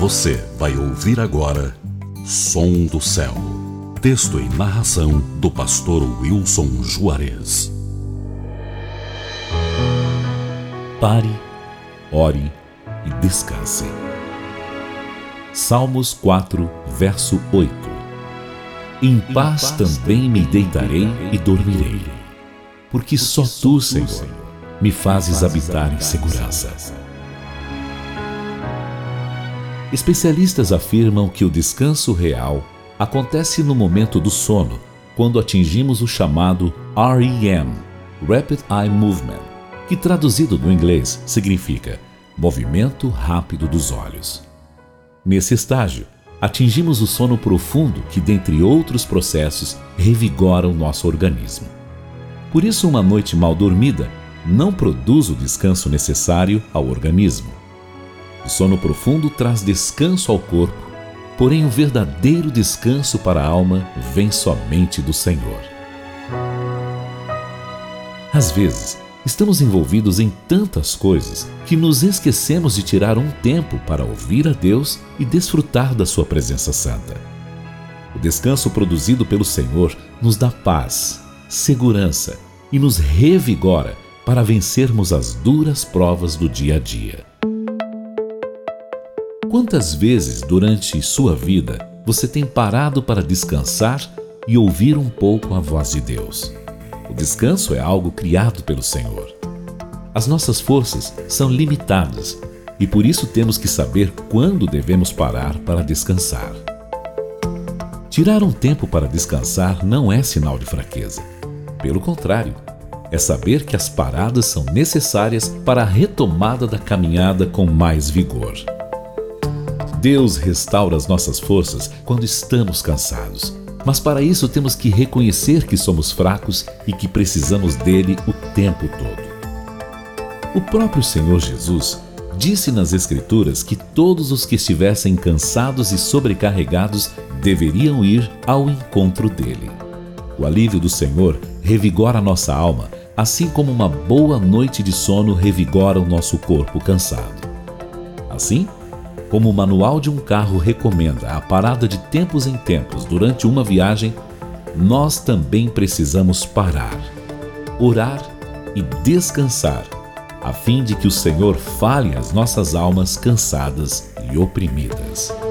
Você vai ouvir agora Som do Céu. Texto e narração do pastor Wilson Juarez. Pare, ore e descanse. Salmos 4, verso 8. Em paz também me deitarei e dormirei, porque só tu, Senhor, me fazes habitar em segurança. Especialistas afirmam que o descanso real acontece no momento do sono, quando atingimos o chamado REM, Rapid Eye Movement, que traduzido do inglês significa movimento rápido dos olhos. Nesse estágio, atingimos o sono profundo que, dentre outros processos, revigora o nosso organismo. Por isso, uma noite mal dormida não produz o descanso necessário ao organismo. O sono profundo traz descanso ao corpo, porém o verdadeiro descanso para a alma vem somente do Senhor. Às vezes, estamos envolvidos em tantas coisas que nos esquecemos de tirar um tempo para ouvir a Deus e desfrutar da sua presença santa. O descanso produzido pelo Senhor nos dá paz, segurança e nos revigora para vencermos as duras provas do dia a dia. Quantas vezes durante sua vida você tem parado para descansar e ouvir um pouco a voz de Deus? O descanso é algo criado pelo Senhor. As nossas forças são limitadas e por isso temos que saber quando devemos parar para descansar. Tirar um tempo para descansar não é sinal de fraqueza. Pelo contrário, é saber que as paradas são necessárias para a retomada da caminhada com mais vigor. Deus restaura as nossas forças quando estamos cansados. Mas para isso temos que reconhecer que somos fracos e que precisamos dele o tempo todo. O próprio Senhor Jesus disse nas Escrituras que todos os que estivessem cansados e sobrecarregados deveriam ir ao encontro dele. O alívio do Senhor revigora a nossa alma, assim como uma boa noite de sono revigora o nosso corpo cansado. Assim, como o manual de um carro recomenda a parada de tempos em tempos durante uma viagem, nós também precisamos parar, orar e descansar, a fim de que o Senhor fale às nossas almas cansadas e oprimidas.